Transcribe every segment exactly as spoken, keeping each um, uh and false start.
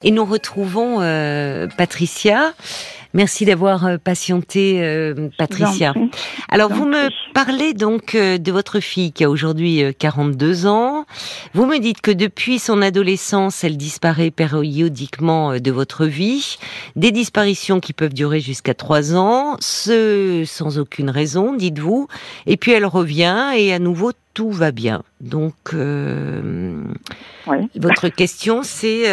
Et nous retrouvons euh, Patricia. Merci d'avoir euh, patienté, euh, Patricia. Alors, vous me parlez donc euh, de votre fille qui a aujourd'hui euh, quarante-deux ans. Vous me dites que depuis son adolescence, elle disparaît périodiquement euh, de votre vie. Des disparitions qui peuvent durer jusqu'à trois ans, ce, sans aucune raison, dites-vous. Et puis elle revient et à nouveau tout va bien. Donc, euh, oui. Votre question, c'est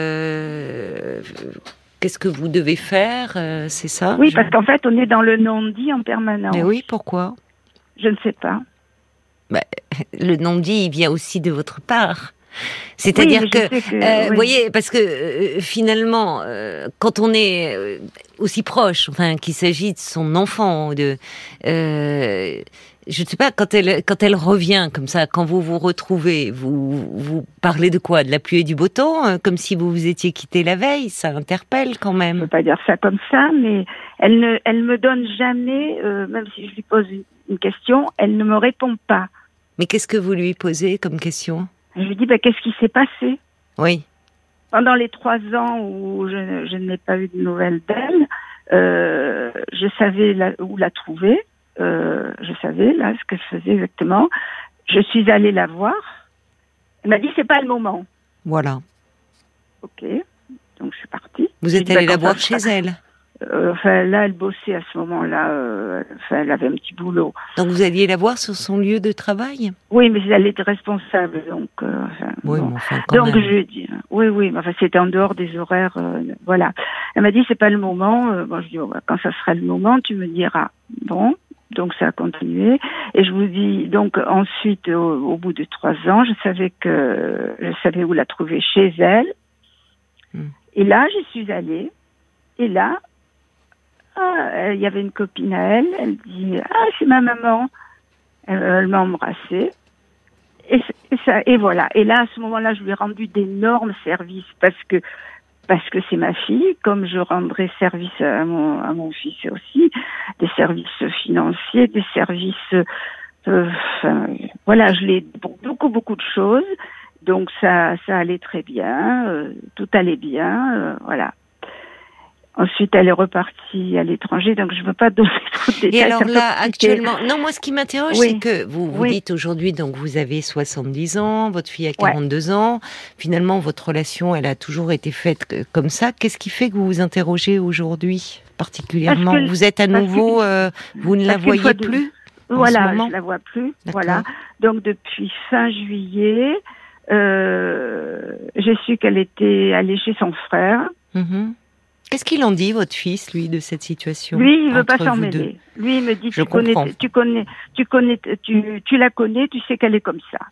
euh, qu'est-ce que vous devez faire, euh, c'est ça? Oui, parce qu'en fait, on est dans le non-dit en permanence. Mais oui, pourquoi? Je ne sais pas. Bah, le non-dit, il vient aussi de votre part. C'est-à-dire oui, que, que euh, oui. vous voyez, parce que euh, finalement, euh, quand on est euh, aussi proche, enfin, qu'il s'agit de son enfant, de, euh, je ne sais pas, quand elle quand elle revient comme ça, quand vous vous retrouvez, vous vous parlez de quoi? De la pluie et du beau temps, euh, comme si vous vous étiez quitté la veille. Ça interpelle quand même. Je ne peux pas dire ça comme ça, mais elle ne elle me donne jamais, euh, même si je lui pose une question, elle ne me répond pas. Mais qu'est-ce que vous lui posez comme question? Je lui dis, bah, qu'est-ce qui s'est passé? Oui. Pendant les trois ans où je, je n'ai pas eu de nouvelles d'elle, euh, je savais la, où la trouver. Euh, je savais, là, ce que je faisais exactement. Je suis allée la voir. Elle m'a dit, c'est pas le moment. Voilà. Ok. Donc, je suis partie. Vous êtes allée la voir chez elle? Euh, enfin, là, elle bossait à ce moment-là. Euh, enfin, elle avait un petit boulot. Donc, vous alliez la voir sur son lieu de travail? Oui, mais elle était responsable, donc. Euh, enfin, oui, bon. mais enfin, quand donc, même. je dis, oui, oui, mais enfin, c'était en dehors des horaires. Euh, voilà. Elle m'a dit, c'est pas le moment. Euh, bon, je dis, oh, bah, quand ça sera le moment, tu me diras. Bon. Donc, ça a continué. Et je vous dis, donc, ensuite, au, au bout de trois ans, je savais que je savais où la trouver chez elle. Hmm. Et là, j'y suis allée. Et là, ah, il y avait une copine à elle, elle dit « Ah, c'est ma maman !» Elle, elle m'a embrassée. Et, et, ça, et voilà. Et là, à ce moment-là, je lui ai rendu d'énormes services parce que parce que c'est ma fille, comme je rendrai service à mon, à mon fils aussi, des services financiers, des services... Euh, enfin, voilà, je l'ai pour beaucoup, beaucoup de choses. Donc, ça, ça allait très bien, euh, tout allait bien, euh, voilà. Ensuite, elle est repartie à l'étranger, donc je ne veux pas donner trop de détails. Et alors là, actuellement, non, moi, ce qui m'interroge, oui. c'est que vous vous oui. dites aujourd'hui, donc vous avez soixante-dix ans, votre fille a quarante-deux ouais. ans. Finalement, votre relation, elle a toujours été faite comme ça. Qu'est-ce qui fait que vous vous interrogez aujourd'hui, particulièrement? Que, vous êtes à nouveau, que, euh, vous ne la voyez plus? Voilà, je la vois plus. Voilà. Donc depuis fin juillet, euh, j'ai su qu'elle était allée chez son frère. Mm-hmm. Qu'est-ce qu'il en dit, votre fils, lui, de cette situation? Lui, il veut pas s'en mêler. Lui, il me dit, tu connais, tu connais, tu connais, tu, tu la connais, tu sais qu'elle est comme ça.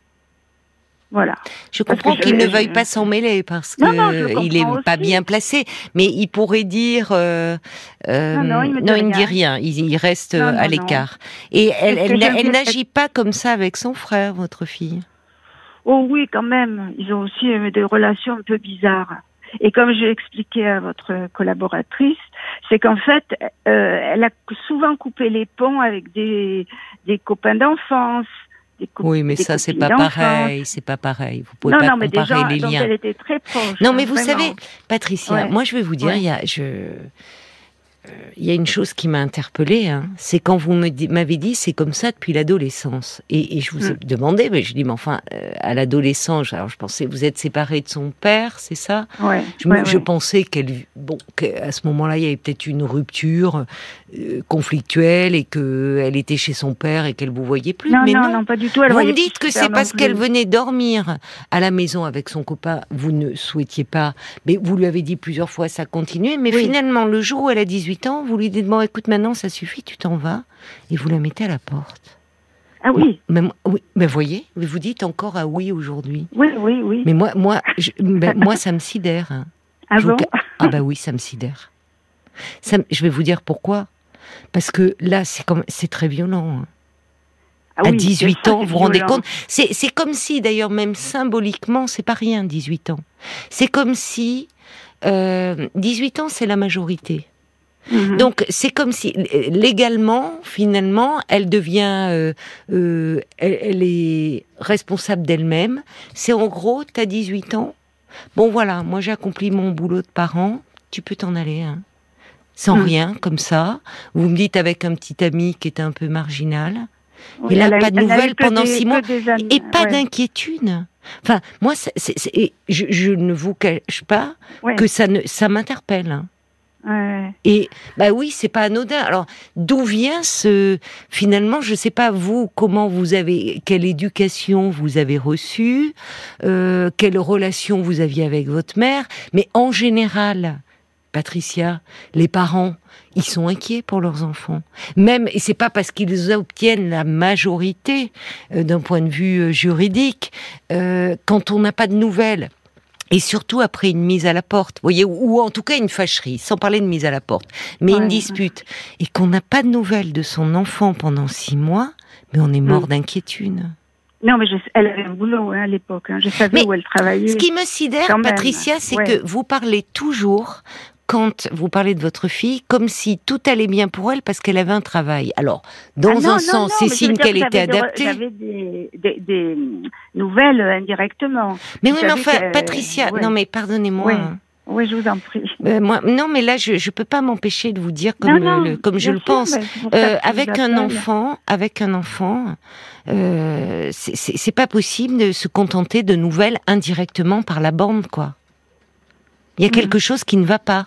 Voilà. Je comprends qu'il ne veuille pas s'en mêler parce que non, non, il est aussi. Pas bien placé, mais il pourrait dire euh, euh, non, non, il, me non, il ne dit rien, il, il reste non, à non, l'écart. Et elle, elle, elle, elle n'agit pas comme ça avec son frère, votre fille? Oh oui, quand même. Ils ont aussi des relations un peu bizarres. Et comme je l'expliquais à votre collaboratrice, c'est qu'en fait, euh, elle a souvent coupé les ponts avec des, des copains d'enfance. Des co- oui, mais des ça, c'est pas d'enfance. pareil, c'est pas pareil. Vous pouvez non, pas non, mais comparer des gens les dont liens. Elle était très proche. Non, mais hein, vous vraiment. savez, Patricia, ouais. moi, je vais vous dire, il ouais. y a, je, il y a une chose qui m'a interpellée, hein, c'est quand vous me di- m'avez dit c'est comme ça depuis l'adolescence. Et, et je vous ai mm. demandé, mais je dis mais enfin euh, à l'adolescence, alors je pensais vous êtes séparée de son père, c'est ça? Ouais. Je, ouais, je ouais. pensais qu'elle, bon, qu'à ce moment-là il y avait peut-être une rupture euh, conflictuelle et que elle était chez son père et qu'elle vous voyait plus. Non, mais non, non, non, pas du tout. Elle vous me dites que c'est parce plus. qu'elle venait dormir à la maison avec son copain, vous ne souhaitiez pas, mais vous lui avez dit plusieurs fois ça continuait, mais oui. finalement le jour où elle a dix-huit ans, vous lui dites bon écoute maintenant ça suffit, tu t'en vas et vous la mettez à la porte. Ah oui. Mais, oui, mais voyez, vous dites encore ah oui aujourd'hui. Oui, oui, oui. Mais moi, moi, je, ben, moi ça me sidère. Hein. Ah je bon vous... Ah bah oui, ça me sidère. Ça, je vais vous dire pourquoi. Parce que là, c'est comme, c'est très violent. Hein. Ah à oui, dix-huit ans, vous vous rendez compte, c'est, c'est comme si, d'ailleurs, même symboliquement, c'est pas rien, dix-huit ans. C'est comme si, euh, dix-huit ans, c'est la majorité. Mmh. Donc, c'est comme si, légalement, finalement, elle devient, euh, euh, elle, elle est responsable d'elle-même. C'est en gros, t'as dix-huit ans, bon voilà, moi j'ai accompli mon boulot de parent, tu peux t'en aller, hein. Sans mmh. rien, comme ça. Vous me dites avec un petit ami qui était un peu marginal. Oui, et là, pas a, de nouvelles pendant des, six mois. Amis, et pas ouais. d'inquiétude. Enfin, moi, c'est, c'est, c'est, je, je ne vous cache pas ouais. que ça, ne, ça m'interpelle. Hein. Ouais. Et bah oui, c'est pas anodin. Alors, d'où vient ce... Finalement, je sais pas, vous, comment vous avez... Quelle éducation vous avez reçue, euh, quelle relation vous aviez avec votre mère, mais en général... Patricia, les parents, ils sont inquiets pour leurs enfants. Même, et c'est pas parce qu'ils obtiennent la majorité euh, d'un point de vue euh, juridique, euh, quand on n'a pas de nouvelles, et surtout après une mise à la porte, vous voyez, ou, ou en tout cas une fâcherie, sans parler de mise à la porte, mais ouais, une dispute, ouais. et qu'on n'a pas de nouvelles de son enfant pendant six mois, mais on est mort mmh. d'inquiétude. Non, mais je, elle avait un boulot hein, à l'époque. Hein. Je savais mais où elle travaillait. Ce qui me sidère, Patricia, c'est ouais. que vous parlez toujours... quand vous parlez de votre fille, comme si tout allait bien pour elle parce qu'elle avait un travail. Alors, dans ah non, un non, sens, c'est signe qu'elle était adaptée. J'avais des, des, des nouvelles indirectement. Mais oui, mais enfin, Patricia, ouais. non mais pardonnez-moi. Oui. oui, je vous en prie. Euh, moi, non, mais là, je ne peux pas m'empêcher de vous dire comme, non, non, le, comme je le sûr, pense. Euh, avec un enfant, avec un enfant, euh, c'est, c'est, c'est pas possible de se contenter de nouvelles indirectement par la bande, quoi. Il y a quelque mmh. chose qui ne va pas.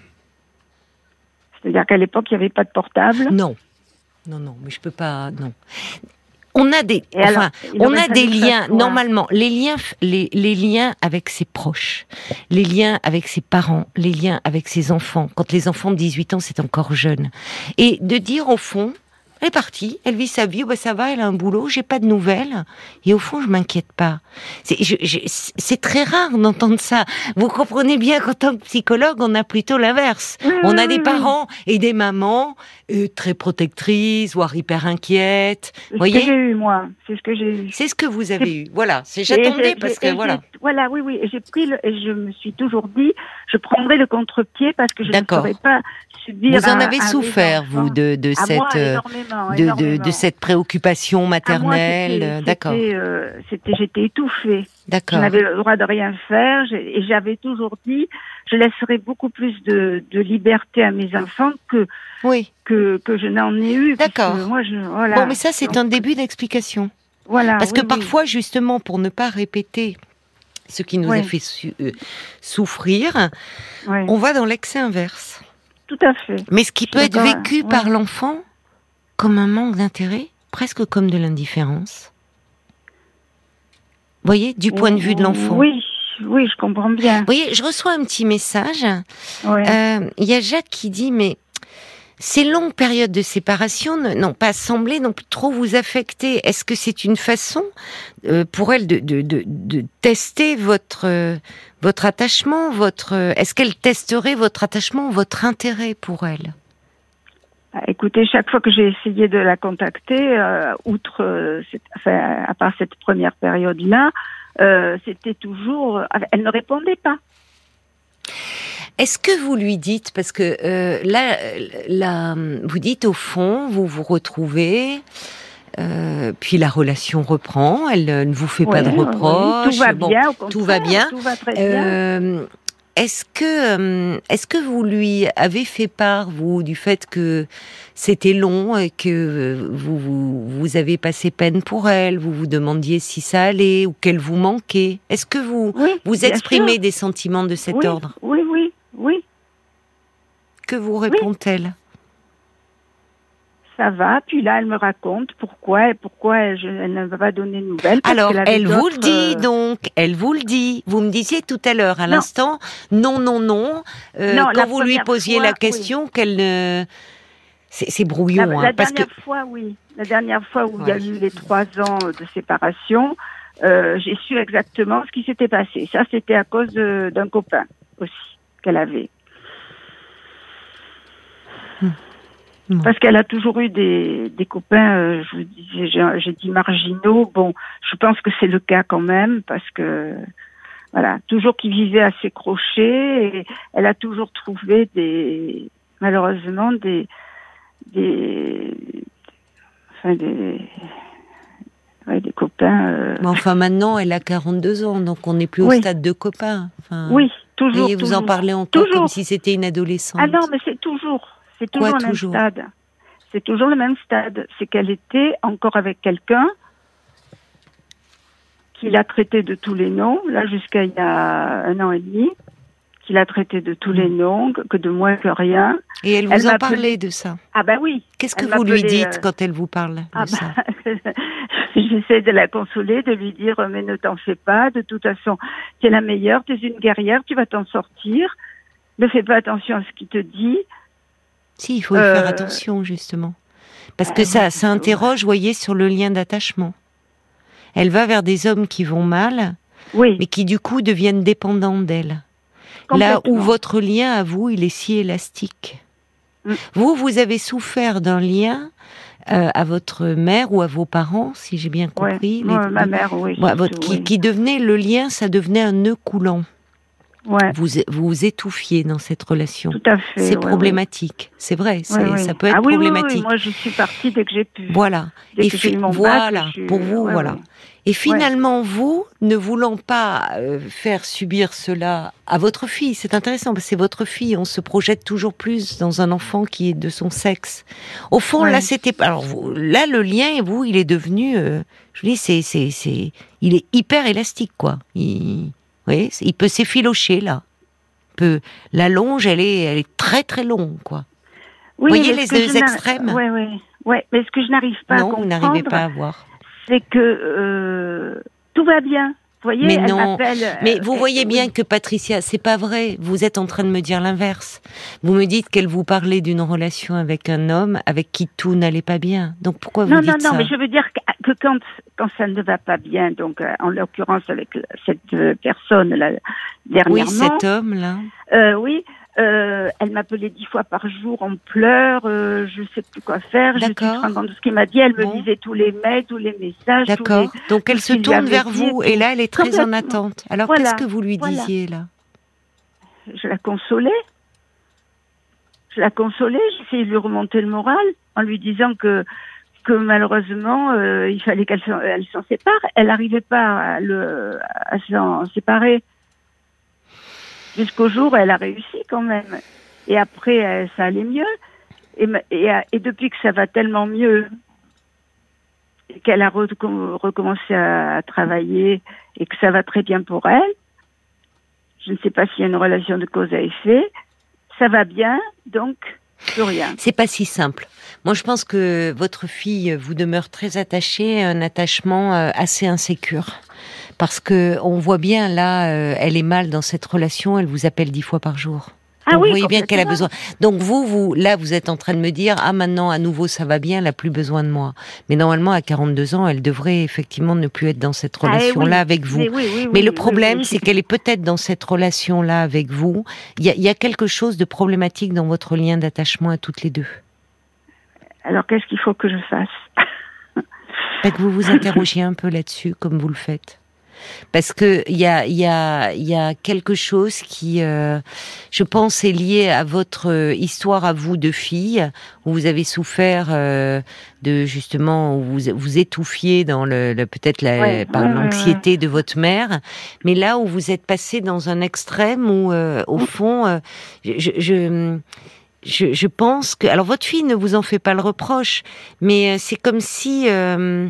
C'est-à-dire qu'à l'époque, il n'y avait pas de portable. Non, non, non, mais je peux pas. Non. On a des, Et enfin, alors, on a des liens. Normalement, les liens, les, les liens avec ses proches, les liens avec ses parents, les liens avec ses enfants. Quand les enfants de dix-huit ans, c'est encore jeune. Et de dire au fond, elle est partie, elle vit sa vie, oh ben ça va, elle a un boulot, j'ai pas de nouvelles, et au fond je m'inquiète pas. C'est, je, je, c'est très rare d'entendre ça. Vous comprenez bien qu'en tant que psychologue, on a plutôt l'inverse. Oui, on a oui, des oui. parents et des mamans euh, très protectrices, voire hyper inquiètes. C'est voyez ce que j'ai eu moi, c'est ce que j'ai eu. C'est ce que vous avez c'est... eu. Voilà, c'est, j'attendais parce que voilà. Voilà, oui, oui. Et j'ai pris le, et je me suis toujours dit, je prendrai le contre-pied parce que je D'accord. ne saurais pas subir. Vous en avez un, souffert, vous, de, de à cette. Moi, énormément. De, de, de cette préoccupation maternelle, moi, c'était, d'accord. C'était, euh, c'était, j'étais étouffée. D'accord. Je n'avais le droit de rien faire j'ai, et j'avais toujours dit, je laisserai beaucoup plus de, de liberté à mes enfants que, oui. que, que je n'en ai eu. D'accord. Moi, je, voilà. Bon, mais ça, c'est Donc, un début d'explication. Voilà. Parce oui, que parfois, oui. justement, pour ne pas répéter ce qui nous oui. a fait su, euh, souffrir, oui. on va dans l'excès inverse. Tout à fait. Mais ce qui peut être vécu ouais. par l'enfant comme un manque d'intérêt, presque comme de l'indifférence. Vous voyez, du point de vue de l'enfant. Oui, oui, je comprends bien. Vous voyez, je reçois un petit message. Ouais. Euh, il y a Jacques qui dit, mais ces longues périodes de séparation n'ont pas semblé non plus trop vous affecter. Est-ce que c'est une façon euh, pour elle de, de, de, de tester votre, euh, votre attachement, votre, euh, est-ce qu'elle testerait votre attachement, votre intérêt pour elle ? Écoutez, chaque fois que j'ai essayé de la contacter, euh, outre, euh, cette, enfin, à part cette première période-là, euh, c'était toujours, elle ne répondait pas. Est-ce que vous lui dites, parce que euh, là, là, vous dites au fond, vous vous retrouvez, euh, puis la relation reprend, elle ne vous fait oui, pas de reproches, oui, tout va bon, bien, au contraire, tout va bien, tout va très euh, bien. Est-ce que, est-ce que vous lui avez fait part, vous, du fait que c'était long et que vous, vous, vous avez passé peine pour elle, vous vous demandiez si ça allait ou qu'elle vous manquait? Est-ce que vous, oui, vous exprimez sûr. des sentiments de cet oui, ordre? Oui, oui, oui. Que vous répond-elle? Oui. Ça va, puis là, elle me raconte pourquoi, pourquoi elle, je, elle ne va pas donner de nouvelles. Alors, elle vous le dit, donc, elle vous le dit. Vous me disiez tout à l'heure, à non. l'instant, non, non, non, euh, non quand vous lui posiez fois, la question, oui. qu'elle ne... C'est, c'est brouillon. La, hein, la parce dernière que... fois, oui. La dernière fois où ouais. il y a eu les trois ans de séparation, euh, j'ai su exactement ce qui s'était passé. Ça, c'était à cause de, d'un copain aussi qu'elle avait. Hum. Parce qu'elle a toujours eu des, des copains, euh, je vous disais, j'ai, j'ai dit marginaux. Bon, je pense que c'est le cas quand même, parce que, voilà, toujours qui vivaient à ses crochets, et elle a toujours trouvé des, malheureusement, des, des, enfin des, ouais, des copains. Euh... Mais enfin, maintenant, elle a quarante-deux ans, donc on n'est plus oui. au stade de copains. Enfin, oui, toujours. Et vous toujours. en parlez encore toujours. comme si c'était une adolescente. Ah non, mais c'est toujours, c'est toujours Quoi, le toujours même stade. C'est toujours le même stade. C'est qu'elle était encore avec quelqu'un qui l'a traité de tous les noms, là jusqu'à il y a un an et demi, qui l'a traité de tous les noms, que de moins que rien. Et elle vous elle en parlait de ça? Ah ben oui. Qu'est-ce que vous lui dites euh... quand elle vous parle de ah ça? ben, j'essaie de la consoler, de lui dire mais ne t'en fais pas, de toute façon, tu es la meilleure, tu es une guerrière, tu vas t'en sortir. Ne fais pas attention à ce qu'il te dit. Si, il faut y euh... faire attention, justement. Parce que euh, ça, ça interroge, vous voyez, sur le lien d'attachement. Elle va vers des hommes qui vont mal, oui. mais qui, du coup, deviennent dépendants d'elle. Là où votre lien, à vous, il est si élastique. Mm. Vous, vous avez souffert d'un lien euh, à votre mère ou à vos parents, si j'ai bien compris. Ouais, les, ma mère, oui. Ouais, votre, surtout, qui, oui. qui devenait, le lien, ça devenait un nœud coulant. Ouais. Vous vous étouffiez dans cette relation. Tout à fait. C'est ouais, problématique, ouais. C'est vrai, c'est, ouais, ouais. ça peut être ah, oui, problématique. Oui, oui, moi je suis partie dès que j'ai pu. Voilà. Dès et que fi- j'ai eu mon voilà, bac, je... pour vous, ouais, voilà. Ouais. Et finalement, ouais. vous, ne voulant pas euh, faire subir cela à votre fille, c'est intéressant parce que c'est votre fille, on se projette toujours plus dans un enfant qui est de son sexe. Au fond, ouais. là, c'était, alors vous, là, le lien et vous, il est devenu, euh, je vous dis, c'est, c'est, c'est, il est hyper élastique, quoi. Il, vous voyez, il peut s'effilocher là. Peu. La longe, elle est, elle est très très longue, quoi. Oui, vous voyez les deux extrêmes. Oui, oui, ouais. Mais ce que je n'arrive pas non, à comprendre, vous n'arrivez pas à voir. C'est que euh, tout va bien. Vous voyez, mais elle non. m'appelle. Mais vous euh, voyez oui. bien que Patricia, c'est pas vrai. Vous êtes en train de me dire l'inverse. Vous me dites qu'elle vous parlait d'une relation avec un homme avec qui tout n'allait pas bien. Donc pourquoi vous non, dites non, ça? Non, non, mais je veux dire que, que quand quand ça ne va pas bien, donc euh, en l'occurrence avec cette personne là dernièrement. Oui, cet homme là. Euh, oui. Euh, elle m'appelait dix fois par jour en pleurs, euh, je sais plus quoi faire, je suis contente de ce qu'il m'a dit, elle me bon. lisait tous les mails, tous les messages. D'accord, tous les, donc elle se tourne vers dit, vous, et là elle est très en attente. Alors voilà. qu'est-ce que vous lui voilà. disiez là? Je la consolais, je la consolais, j'essayais de lui remonter le moral en lui disant que que malheureusement euh, il fallait qu'elle s'en, elle s'en sépare, elle n'arrivait pas à, le, à s'en séparer. Jusqu'au jour où elle a réussi quand même. Et après, ça allait mieux. Et, et, et depuis que ça va tellement mieux, qu'elle a recommencé à travailler et que ça va très bien pour elle, je ne sais pas s'il y a une relation de cause à effet, ça va bien, donc plus rien. C'est pas si simple. Moi, je pense que votre fille vous demeure très attachée, un attachement assez insécure. Parce que on voit bien là, euh, elle est mal dans cette relation. Elle vous appelle dix fois par jour. Ah Donc, oui, vous voyez bien qu'elle a besoin. Donc vous, vous, là, vous êtes en train de me dire, ah maintenant, à nouveau, ça va bien, elle n'a plus besoin de moi. Mais normalement, à quarante-deux ans, elle devrait effectivement ne plus être dans cette relation-là ah, oui. avec vous. Mais, oui, oui, Mais oui, le problème, oui, oui. c'est qu'elle est peut-être dans cette relation-là avec vous. Il y a, il y a quelque chose de problématique dans votre lien d'attachement à toutes les deux. Alors, qu'est-ce qu'il faut que je fasse? Que vous vous interrogiez un peu là-dessus, comme vous le faites. Parce que il y a il y a il y a quelque chose qui, euh, je pense, est lié à votre euh, histoire à vous de fille, où vous avez souffert euh, de justement, où vous vous étouffiez dans le, le peut-être la, ouais, par ouais, l'anxiété ouais. de votre mère, mais là où vous êtes passé dans un extrême où euh, au fond, euh, je, je je je pense que, alors votre fille ne vous en fait pas le reproche, mais c'est comme si euh,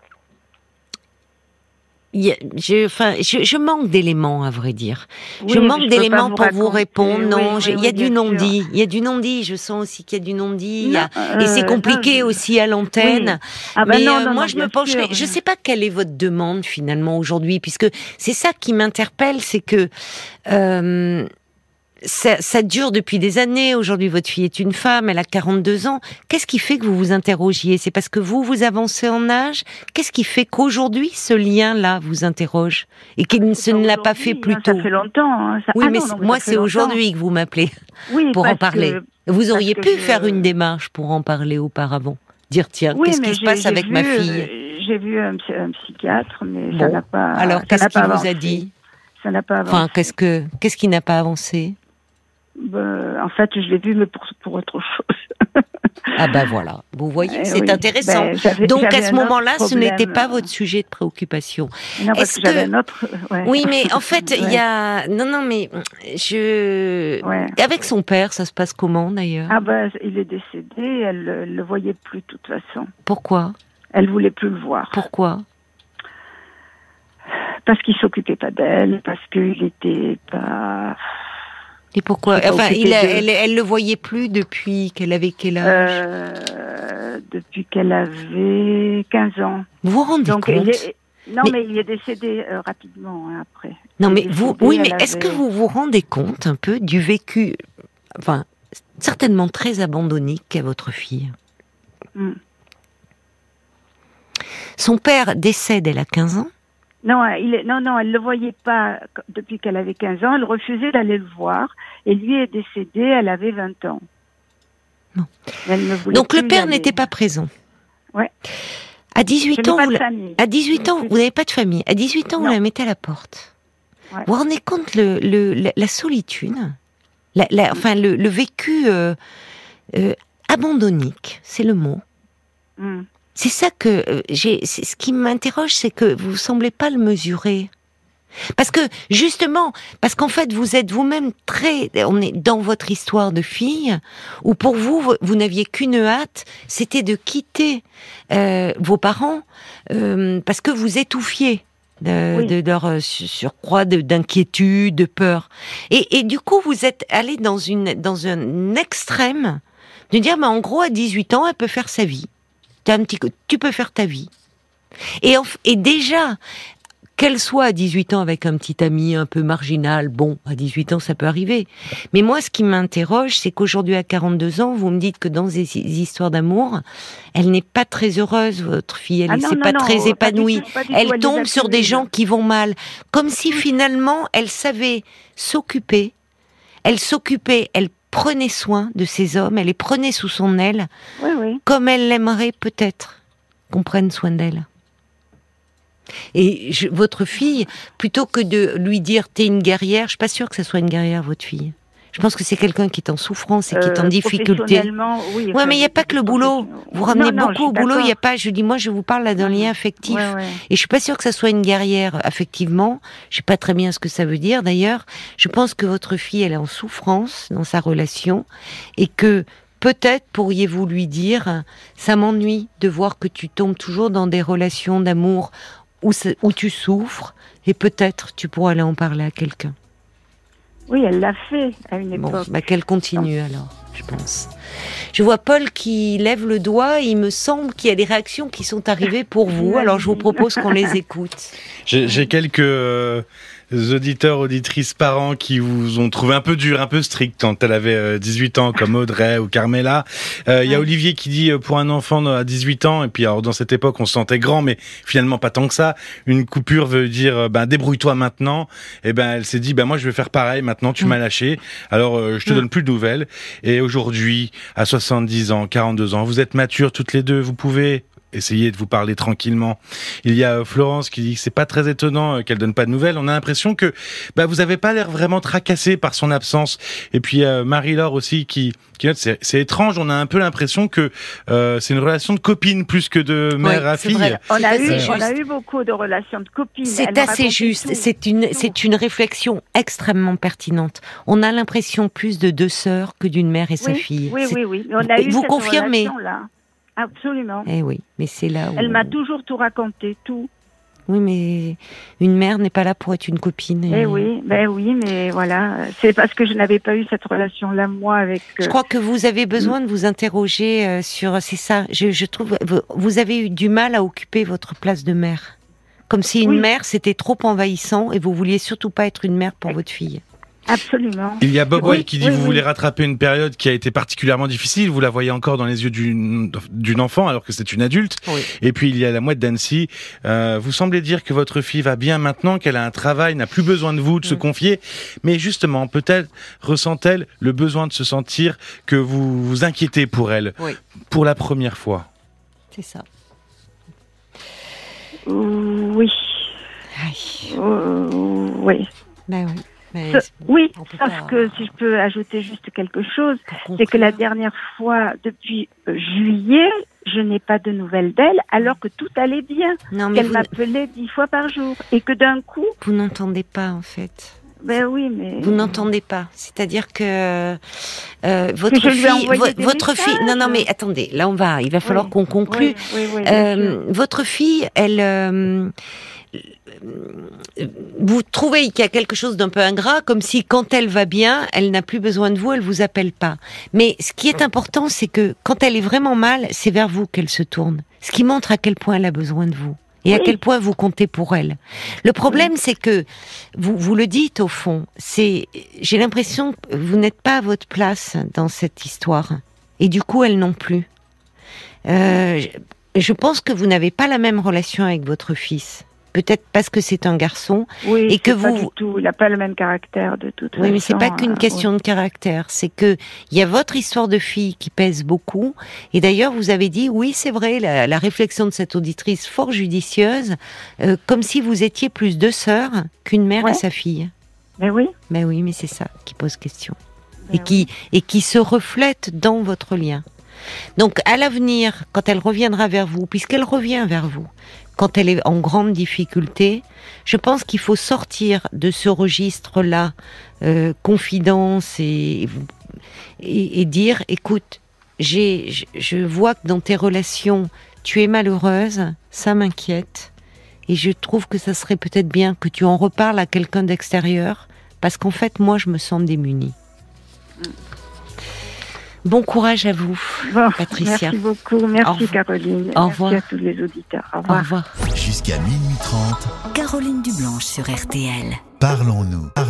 Je, enfin, je, je manque d'éléments, à vrai dire. Oui, je manque je d'éléments vous pour vous répondre. Non, oui, il oui, y a oui, du non-dit. sûr. Il y a du non-dit. Je sens aussi qu'il y a du non-dit. Non, a... Et c'est compliqué non, je... aussi à l'antenne. Oui. Ah ben Mais non, euh, non, moi, non, je me pencherai. Je ne sais pas quelle est votre demande finalement aujourd'hui, puisque c'est ça qui m'interpelle, c'est que. Euh, Ça, ça dure depuis des années. Aujourd'hui, votre fille est une femme, elle a quarante-deux ans. Qu'est-ce qui fait que vous vous interrogiez? C'est parce que vous, vous avancez en âge? Qu'est-ce qui fait qu'aujourd'hui, ce lien-là vous interroge? Et qu'il ne se ne l'a pas fait plus tôt? Ça fait longtemps. Hein. Ça... Oui, ah mais, non, non, mais moi, c'est aujourd'hui que vous m'appelez oui, pour en parler. Que, vous auriez pu je... faire une démarche pour en parler auparavant. Dire, tiens, oui, qu'est-ce qui se passe avec vu, ma fille? euh, J'ai vu un, un psychiatre, mais bon. ça n'a pas Alors, ça qu'est-ce qu'il vous avancé. a dit? Ça n'a pas avancé. Enfin, qu'est-ce que, qu'est-ce qui n'a pas avancé? Ben, en fait, je l'ai vu, mais pour, pour autre chose. Ah ben voilà, vous voyez, Eh c'est oui. intéressant. Ben, j'avais, Donc j'avais à ce un autre moment-là, ce problème. n'était pas votre sujet de préoccupation. Non, parce Est-ce que j'avais que... un autre... Ouais. Oui, mais en fait, il Ouais. y a... Non, non, mais je... Ouais. Avec son père, ça se passe comment, d'ailleurs? Ah ben, il est décédé, elle ne le voyait plus de toute façon. Pourquoi? Elle voulait plus le voir. Pourquoi? Parce qu'il s'occupait pas d'elle, parce qu'il était pas... Et pourquoi? Pas Enfin, il a- de... elle, elle le voyait plus depuis qu'elle avait quel âge? euh, Depuis qu'elle avait quinze ans. Vous vous rendez Donc, compte? il est... Non, mais... mais... mais il est décédé euh, rapidement hein, après. Non, il mais décédé, vous, oui, mais avait... est-ce que vous vous rendez compte un peu du vécu, enfin, certainement très abandonnique qu'a votre fille? Hmm. Son père décède, elle a quinze ans? Non, il est... non, non, elle le voyait pas depuis qu'elle avait quinze ans. Elle refusait d'aller le voir. Et lui est décédé, elle avait vingt ans. Non. Elle ne voulait Donc plus le père aller. n'était pas présent. Ouais. À dix-huit Je ans, n'ai pas vous de la... famille. à dix-huit ans, vous n'avez pas de famille. À dix-huit ans, Non. vous la mettez à la porte. Ouais. Vous vous rendez compte le, le, la, la solitude, la, la, enfin le, le vécu euh, euh, abandonnique, c'est le mot. Mm. C'est ça que euh, j'ai. C'est, ce qui m'interroge, c'est que vous semblez pas le mesurer. Parce que justement, parce qu'en fait, vous êtes vous-même très. On est dans votre histoire de fille, où pour vous, vous, vous n'aviez qu'une hâte, c'était de quitter euh, vos parents, euh, parce que vous étouffiez. De, Oui. de leur euh, surcroît de, d'inquiétude, de peur. Et, et du coup, vous êtes allé dans une dans un extrême de dire, mais en gros, à dix-huit ans, elle peut faire sa vie. T'as un petit, tu peux faire ta vie. Et, en, et déjà, qu'elle soit à dix-huit ans avec un petit ami un peu marginal, bon, à dix-huit ans, ça peut arriver. Mais moi, ce qui m'interroge, c'est qu'aujourd'hui, à quarante-deux ans, vous me dites que dans ces histoires d'amour, elle n'est pas très heureuse, votre fille. Elle Ah n'est non, non, pas non, très pas épanouie. du tout, pas du tout, Elle elle tombe les sur des accumule. gens qui vont mal. Comme si finalement, elle savait s'occuper. Elle s'occupait, elle prenait soin de ces hommes, elle les prenait sous son aile, Oui, oui. comme elle l'aimerait peut-être qu'on prenne soin d'elle. Et je, votre fille, plutôt que de lui dire t'es une guerrière, je suis pas sûre que ça soit une guerrière, votre fille. Je pense que c'est quelqu'un qui est en souffrance et qui est en Euh, difficulté. professionnellement, oui. Ouais, enfin, mais il n'y a pas que le boulot. Vous ramenez non, non, beaucoup au je suis boulot, il n'y a d'accord. pas, je dis, moi, je vous parle là d'un lien affectif. Ouais, ouais. Et je suis pas sûre que ça soit une guerrière, affectivement. Je sais pas très bien ce que ça veut dire, d'ailleurs. Je pense que votre fille, elle est en souffrance dans sa relation et que peut-être pourriez-vous lui dire, ça m'ennuie de voir que tu tombes toujours dans des relations d'amour où, c'est- où tu souffres et peut-être tu pourras aller en parler à quelqu'un. Oui, elle l'a fait à une Bon, époque. bah qu'elle continue alors, je pense. Je vois Paul qui lève le doigt, et il me semble qu'il y a des réactions qui sont arrivées pour vous, alors je vous propose qu'on les écoute. J'ai, j'ai quelques euh, auditeurs, auditrices, parents qui vous ont trouvé un peu dur, un peu strict quand elle avait euh, dix-huit ans, comme Audrey ou Carmela. Euh, il y a Olivier qui dit, euh, pour un enfant à dix-huit ans, et puis alors dans cette époque on se sentait grand, mais finalement pas tant que ça, une coupure veut dire, euh, ben débrouille-toi maintenant. Et ben elle s'est dit, ben moi je vais faire pareil, maintenant tu m'as lâché, alors euh, je te donne plus de nouvelles. Et aujourd'hui, à soixante-dix ans, quarante-deux ans, vous êtes matures toutes les deux, vous pouvez essayer de vous parler tranquillement. Il y a Florence qui dit que c'est pas très étonnant qu'elle donne pas de nouvelles. On a l'impression que bah vous avez pas l'air vraiment tracassé par son absence. Et puis euh, Marie-Laure aussi qui qui note c'est, c'est étrange. On a un peu l'impression que euh, c'est une relation de copine plus que de mère Oui, à c'est fille. vrai. On C'est a, assez eu, juste. on a eu beaucoup de relations de copines. C'est Elle me assez racontait juste, tout. c'est une, tout. c'est une réflexion extrêmement pertinente. On a l'impression plus de deux sœurs que d'une mère et sa Oui, fille. oui, C'est- oui, oui. On a eu Vous cette confirmez? relation-là. Absolument. Eh oui, mais c'est là où... Elle m'a toujours tout raconté, tout. Oui, mais une mère n'est pas là pour être une copine. et- Eh oui, ben oui, mais voilà. C'est parce que je n'avais pas eu cette relation-là, moi, avec... euh, Je crois que vous avez besoin de vous interroger euh, sur... C'est ça, je, je trouve... vous- Vous avez eu du mal à occuper votre place de mère. Comme si une Oui. mère, c'était trop envahissant et vous vouliez surtout pas être une mère pour votre fille. Absolument. Il y a Bob Oui, Well qui dit oui, vous oui. voulez rattraper une période qui a été particulièrement difficile. Vous la voyez encore dans les yeux d'une, d'une enfant alors que c'est une adulte. Oui. Et puis il y a la mouette d'Annecy. Euh, vous semblez dire que votre fille va bien maintenant, qu'elle a un travail, n'a plus besoin de vous, de se Mm. confier. Mais justement, peut-être ressent-elle le besoin de se sentir que vous vous inquiétez pour elle, Oui. pour la première fois. C'est ça. Oui. Aïe. Euh, oui. Ben oui. Mais Ce- oui, peut sauf pas- que si je peux ajouter juste quelque chose, c'est que la dernière fois, depuis euh, juillet, je n'ai pas de nouvelles d'elle, alors que tout allait bien. Non, mais Qu'elle vous, m'appelait dix fois par jour. Et que d'un coup, vous n'entendez pas, en fait. ben oui, mais... Vous n'entendez pas. C'est-à-dire que euh, votre je lui ai fille, envoyé vo- des votre messages. fille. Non, non, mais attendez. Là, on va. Il va falloir Oui. qu'on conclue. Oui, oui, oui, bien sûr. Euh, votre fille, elle, euh, vous trouvez qu'il y a quelque chose d'un peu ingrat, comme si quand elle va bien, elle n'a plus besoin de vous, elle vous appelle pas. Mais ce qui est important, c'est que quand elle est vraiment mal, c'est vers vous qu'elle se tourne. Ce qui montre à quel point elle a besoin de vous. Et à Oui. quel point vous comptez pour elle. Le problème, c'est que vous vous le dites au fond. C'est, j'ai l'impression que vous n'êtes pas à votre place dans cette histoire, et du coup, elle non plus. Euh, je, je pense que vous n'avez pas la même relation avec votre fils. Peut-être parce que c'est un garçon. Oui, et que c'est pas vous- du tout. Il n'a pas le même caractère de toute façon. Oui, mais c'est pas qu'une euh, question de caractère. C'est que il y a votre histoire de fille qui pèse beaucoup. Et d'ailleurs, vous avez dit, oui, c'est vrai, la, la réflexion de cette auditrice fort judicieuse, euh, comme si vous étiez plus deux sœurs qu'une mère Ouais. et sa fille. Mais oui. Mais oui, mais c'est ça qui pose question. Ben et qui et qui se reflète dans votre lien. Donc, à l'avenir, quand elle reviendra vers vous, puisqu'elle revient vers vous, quand elle est en grande difficulté, je pense qu'il faut sortir de ce registre-là, euh, confidence et, et, et dire, écoute, j'ai, je, je vois que dans tes relations, tu es malheureuse, ça m'inquiète, et je trouve que ça serait peut-être bien que tu en reparles à quelqu'un d'extérieur, parce qu'en fait, moi, je me sens démunie. Bon courage à vous, Bon, Patricia. merci beaucoup. Merci, Au revoir. Caroline. Au merci revoir. à tous les auditeurs. Au Au revoir. revoir. Jusqu'à minuit trente, Caroline Dublanche sur R T L. parlons-nous.